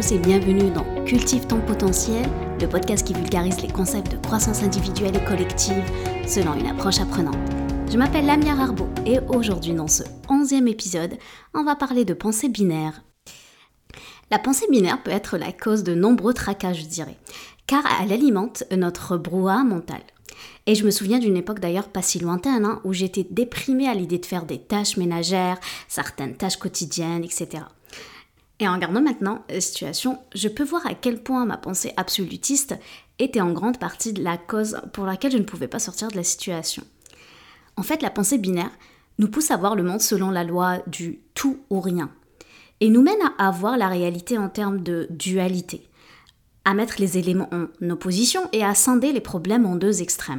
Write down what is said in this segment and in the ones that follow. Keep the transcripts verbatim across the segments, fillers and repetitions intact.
tous et bienvenue dans Cultive ton potentiel, le podcast qui vulgarise les concepts de croissance individuelle et collective selon une approche apprenante. Je m'appelle Lamia Rarbo et aujourd'hui dans ce onzième épisode, on va parler de pensée binaire. La pensée binaire peut être la cause de nombreux tracas, je dirais, car elle alimente notre brouhaha mental. Et je me souviens d'une époque d'ailleurs pas si lointaine, hein, où j'étais déprimée à l'idée de faire des tâches ménagères, certaines tâches quotidiennes, et cetera. Et en regardant maintenant la situation, je peux voir à quel point ma pensée absolutiste était en grande partie de la cause pour laquelle je ne pouvais pas sortir de la situation. En fait, la pensée binaire nous pousse à voir le monde selon la loi du tout ou rien, et nous mène à voir la réalité en termes de dualité, à mettre les éléments en opposition et à scinder les problèmes en deux extrêmes.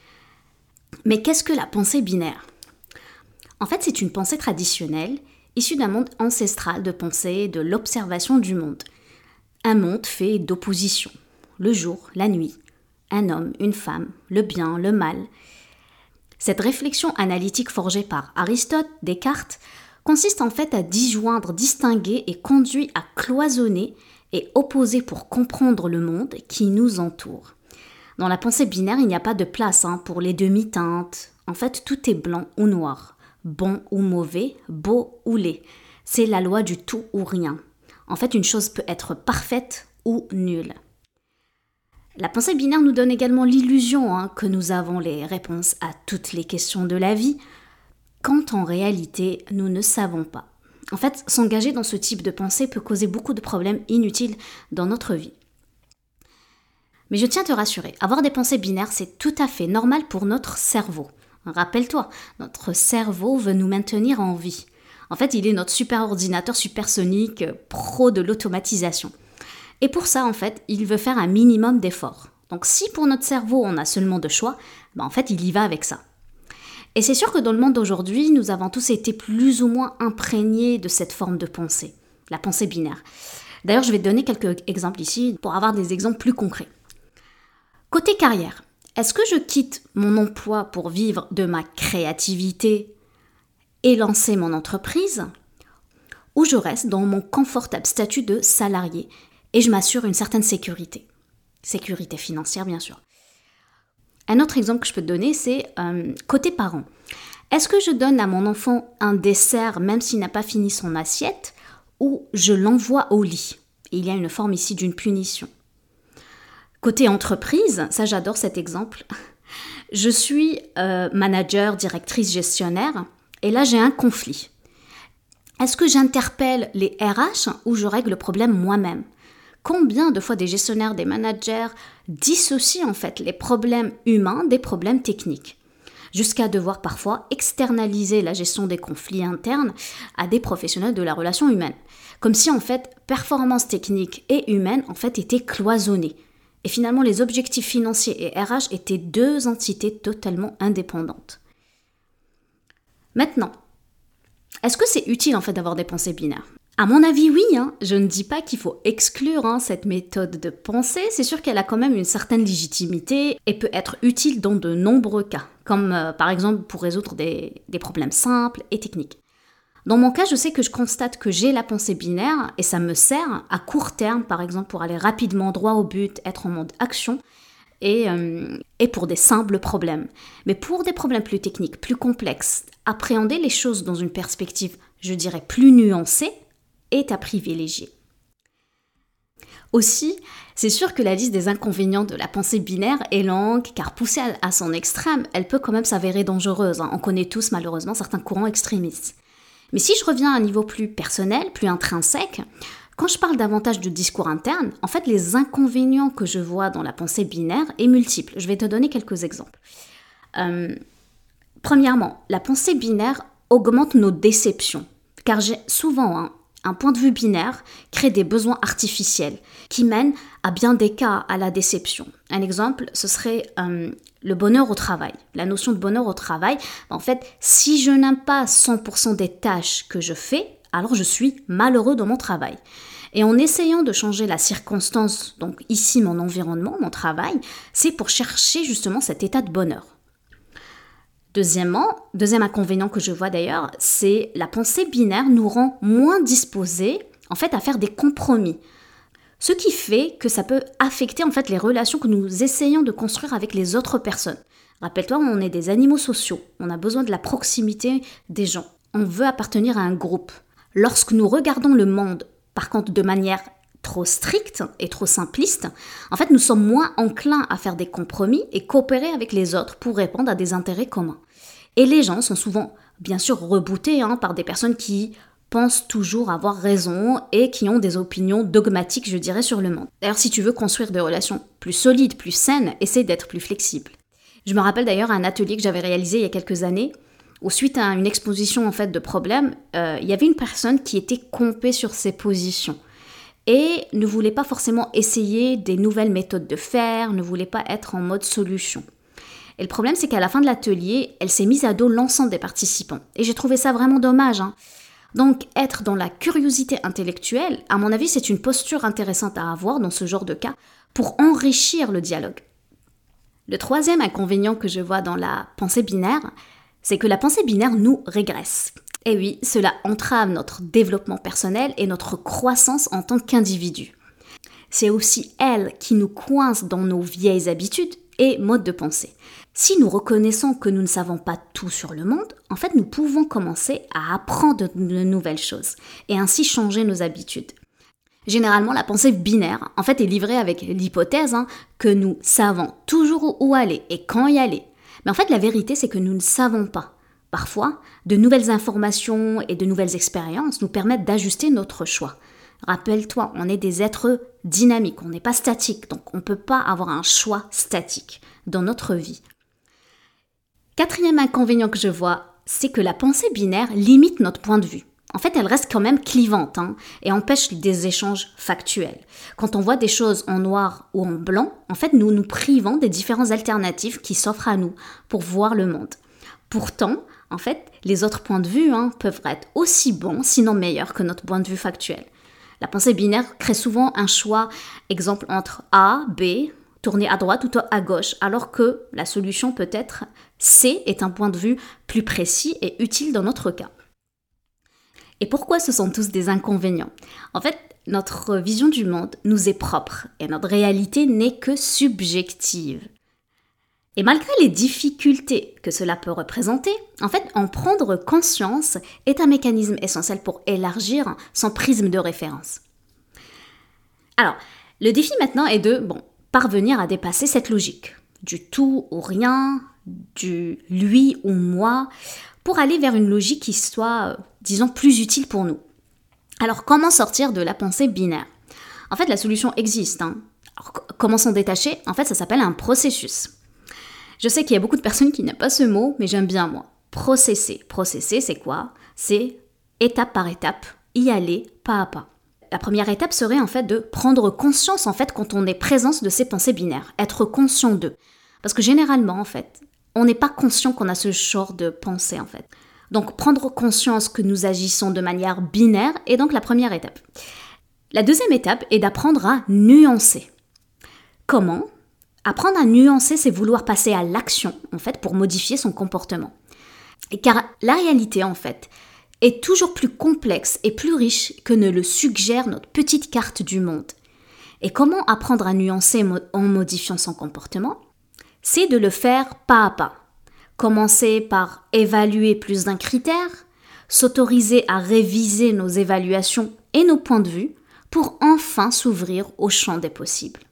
Mais qu'est-ce que la pensée binaire ? En fait, c'est une pensée traditionnelle issue d'un monde ancestral de pensée, de l'observation du monde. Un monde fait d'opposition, le jour, la nuit, un homme, une femme, le bien, le mal. Cette réflexion analytique forgée par Aristote, Descartes, consiste en fait à disjoindre, distinguer et conduit à cloisonner et opposer pour comprendre le monde qui nous entoure. Dans la pensée binaire, il n'y a pas de place hein, pour les demi-teintes. En fait, tout est blanc ou noir, bon ou mauvais, beau ou laid. C'est la loi du tout ou rien. En fait, une chose peut être parfaite ou nulle. La pensée binaire nous donne également l'illusion hein, que nous avons les réponses à toutes les questions de la vie, quand en réalité, nous ne savons pas. En fait, s'engager dans ce type de pensée peut causer beaucoup de problèmes inutiles dans notre vie. Mais je tiens à te rassurer, avoir des pensées binaires, c'est tout à fait normal pour notre cerveau. Rappelle-toi, notre cerveau veut nous maintenir en vie. En fait, il est notre super ordinateur supersonique, pro de l'automatisation. Et pour ça, en fait, il veut faire un minimum d'efforts. Donc si pour notre cerveau, on a seulement deux choix, ben en fait, il y va avec ça. Et c'est sûr que dans le monde d'aujourd'hui, nous avons tous été plus ou moins imprégnés de cette forme de pensée, la pensée binaire. D'ailleurs, je vais te donner quelques exemples ici pour avoir des exemples plus concrets. Côté carrière, est-ce que je quitte mon emploi pour vivre de ma créativité et lancer mon entreprise, ou je reste dans mon confortable statut de salarié et je m'assure une certaine sécurité, sécurité financière bien sûr. Un autre exemple que je peux te donner, c'est euh, côté parents. Est-ce que je donne à mon enfant un dessert même s'il n'a pas fini son assiette ou je l'envoie au lit ? Il y a une forme ici d'une punition. Côté entreprise, ça j'adore cet exemple. Je suis euh, manager, directrice, gestionnaire et là j'ai un conflit. Est-ce que j'interpelle les R H ou je règle le problème moi-même ? Combien de fois des gestionnaires, des managers dissocient en fait les problèmes humains des problèmes techniques, jusqu'à devoir parfois externaliser la gestion des conflits internes à des professionnels de la relation humaine, comme si en fait performance technique et humaine en fait étaient cloisonnées. Et finalement les objectifs financiers et R H étaient deux entités totalement indépendantes. Maintenant, est-ce que c'est utile en fait d'avoir des pensées binaires ? À mon avis, oui, hein. Je ne dis pas qu'il faut exclure hein, cette méthode de pensée, c'est sûr qu'elle a quand même une certaine légitimité et peut être utile dans de nombreux cas, comme euh, par exemple pour résoudre des, des problèmes simples et techniques. Dans mon cas, je sais que je constate que j'ai la pensée binaire et ça me sert à court terme, par exemple pour aller rapidement droit au but, être en mode action, et, euh, et pour des simples problèmes. Mais pour des problèmes plus techniques, plus complexes, appréhender les choses dans une perspective, je dirais, plus nuancée, est à privilégier. Aussi, c'est sûr que la liste des inconvénients de la pensée binaire est longue, car poussée à son extrême, elle peut quand même s'avérer dangereuse. On connaît tous malheureusement certains courants extrémistes. Mais si je reviens à un niveau plus personnel, plus intrinsèque, quand je parle davantage de discours interne, en fait les inconvénients que je vois dans la pensée binaire est multiple. Je vais te donner quelques exemples. Euh, premièrement, la pensée binaire augmente nos déceptions, car j'ai souvent... Hein, un point de vue binaire crée des besoins artificiels qui mènent à bien des cas à la déception. Un exemple, ce serait euh, le bonheur au travail. La notion de bonheur au travail, en fait, si je n'aime pas cent pour cent des tâches que je fais, alors je suis malheureux dans mon travail. Et en essayant de changer la circonstance, donc ici mon environnement, mon travail, c'est pour chercher justement cet état de bonheur. Deuxièmement, deuxième inconvénient que je vois d'ailleurs, c'est la pensée binaire nous rend moins disposés en fait à faire des compromis. Ce qui fait que ça peut affecter en fait les relations que nous essayons de construire avec les autres personnes. Rappelle-toi, on est des animaux sociaux, on a besoin de la proximité des gens. On veut appartenir à un groupe. Lorsque nous regardons le monde, par contre, de manière trop stricte et trop simpliste, en fait, nous sommes moins enclins à faire des compromis et coopérer avec les autres pour répondre à des intérêts communs. Et les gens sont souvent, bien sûr, rebootés hein, par des personnes qui pensent toujours avoir raison et qui ont des opinions dogmatiques, je dirais, sur le monde. D'ailleurs, si tu veux construire des relations plus solides, plus saines, essaie d'être plus flexible. Je me rappelle d'ailleurs un atelier que j'avais réalisé il y a quelques années, où suite à une exposition en fait de problèmes, euh, il y avait une personne qui était campée sur ses positions et ne voulait pas forcément essayer des nouvelles méthodes de faire, ne voulait pas être en mode solution. Et le problème, c'est qu'à la fin de l'atelier, elle s'est mise à dos l'ensemble des participants. Et j'ai trouvé ça vraiment dommage, hein. Donc, être dans la curiosité intellectuelle, à mon avis, c'est une posture intéressante à avoir dans ce genre de cas pour enrichir le dialogue. Le troisième inconvénient que je vois dans la pensée binaire, c'est que la pensée binaire nous régresse. Et oui, cela entrave notre développement personnel et notre croissance en tant qu'individu. C'est aussi elle qui nous coince dans nos vieilles habitudes et modes de pensée. Si nous reconnaissons que nous ne savons pas tout sur le monde, en fait, nous pouvons commencer à apprendre de nouvelles choses et ainsi changer nos habitudes. Généralement, la pensée binaire, en fait, est livrée avec l'hypothèse hein, que nous savons toujours où aller et quand y aller. Mais en fait, la vérité, c'est que nous ne savons pas. Parfois, de nouvelles informations et de nouvelles expériences nous permettent d'ajuster notre choix. Rappelle-toi, on est des êtres dynamiques, on n'est pas statiques, donc on ne peut pas avoir un choix statique dans notre vie. Quatrième inconvénient que je vois, c'est que la pensée binaire limite notre point de vue. En fait, elle reste quand même clivante hein, et empêche des échanges factuels. Quand on voit des choses en noir ou en blanc, en fait, nous nous privons des différentes alternatives qui s'offrent à nous pour voir le monde. Pourtant, en fait, les autres points de vue hein, peuvent être aussi bons, sinon meilleurs que notre point de vue factuel. La pensée binaire crée souvent un choix, exemple entre A, B, tourner à droite ou à gauche, alors que la solution peut être C est un point de vue plus précis et utile dans notre cas. Et pourquoi ce sont tous des inconvénients ? En fait, notre vision du monde nous est propre et notre réalité n'est que subjective. Et malgré les difficultés que cela peut représenter, en fait, en prendre conscience est un mécanisme essentiel pour élargir son prisme de référence. Alors, le défi maintenant est de bon, parvenir à dépasser cette logique, du tout ou rien, du lui ou moi, pour aller vers une logique qui soit, disons, plus utile pour nous. Alors, comment sortir de la pensée binaire ? En fait, la solution existe. Hein. Alors, comment s'en détacher ? En fait, ça s'appelle un processus. Je sais qu'il y a beaucoup de personnes qui n'aiment pas ce mot, mais j'aime bien moi. Processer. Processer, c'est quoi ? C'est étape par étape, y aller pas à pas. La première étape serait en fait de prendre conscience en fait quand on est présent de ces pensées binaires, être conscient d'eux. Parce que généralement en fait, on n'est pas conscient qu'on a ce genre de pensée en fait. Donc prendre conscience que nous agissons de manière binaire est donc la première étape. La deuxième étape est d'apprendre à nuancer. Comment ? Apprendre à nuancer, c'est vouloir passer à l'action en fait pour modifier son comportement. Et car la réalité en fait est toujours plus complexe et plus riche que ne le suggère notre petite carte du monde. Et comment apprendre à nuancer en modifiant son comportement ? C'est de le faire pas à pas. Commencer par évaluer plus d'un critère, s'autoriser à réviser nos évaluations et nos points de vue pour enfin s'ouvrir au champ des possibles.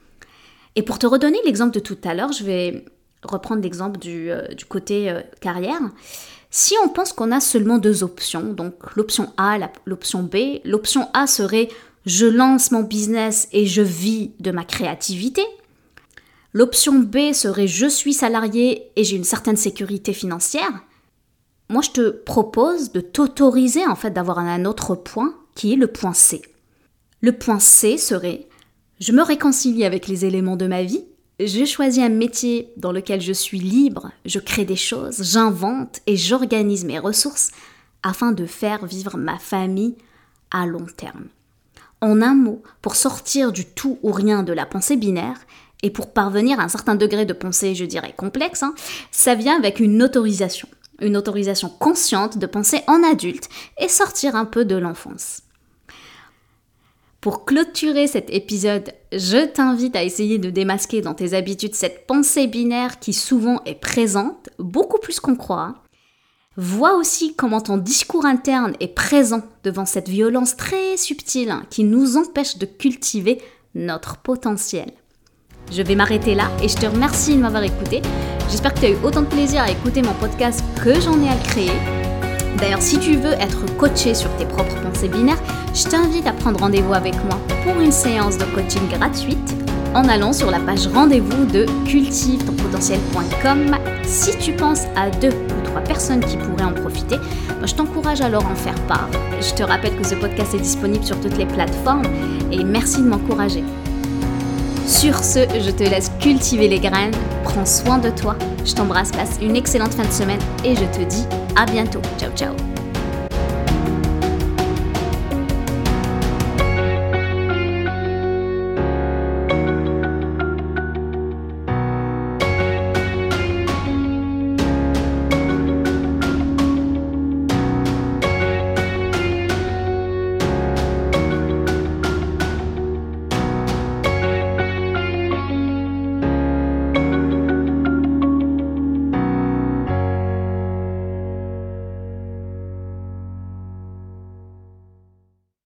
Et pour te redonner l'exemple de tout à l'heure, je vais reprendre l'exemple du, euh, du côté euh, carrière. Si on pense qu'on a seulement deux options, donc l'option A, la, l'option B, l'option A serait « je lance mon business et je vis de ma créativité ». L'option B serait « je suis salarié et j'ai une certaine sécurité financière ». Moi, je te propose de t'autoriser en fait d'avoir un autre point qui est le point C. Le point C serait « je me réconcilie avec les éléments de ma vie ». Je choisis un métier dans lequel je suis libre, je crée des choses, j'invente et j'organise mes ressources afin de faire vivre ma famille à long terme. En un mot, pour sortir du tout ou rien de la pensée binaire et pour parvenir à un certain degré de pensée, je dirais complexe, hein, ça vient avec une autorisation, une autorisation consciente de penser en adulte et sortir un peu de l'enfance. Pour clôturer cet épisode, je t'invite à essayer de démasquer dans tes habitudes cette pensée binaire qui souvent est présente, beaucoup plus qu'on croit. Vois aussi comment ton discours interne est présent devant cette violence très subtile qui nous empêche de cultiver notre potentiel. Je vais m'arrêter là et je te remercie de m'avoir écouté. J'espère que tu as eu autant de plaisir à écouter mon podcast que j'en ai à le créer. D'ailleurs, si tu veux être coaché sur tes propres pensées binaires, je t'invite à prendre rendez-vous avec moi pour une séance de coaching gratuite en allant sur la page rendez-vous de cultive ton potentiel point com. Si tu penses à deux ou trois personnes qui pourraient en profiter, je t'encourage à leur en faire part. Je te rappelle que ce podcast est disponible sur toutes les plateformes et merci de m'encourager. Sur ce, je te laisse cultiver les graines, prends soin de toi, je t'embrasse, passe une excellente fin de semaine et je te dis à bientôt. Ciao ciao.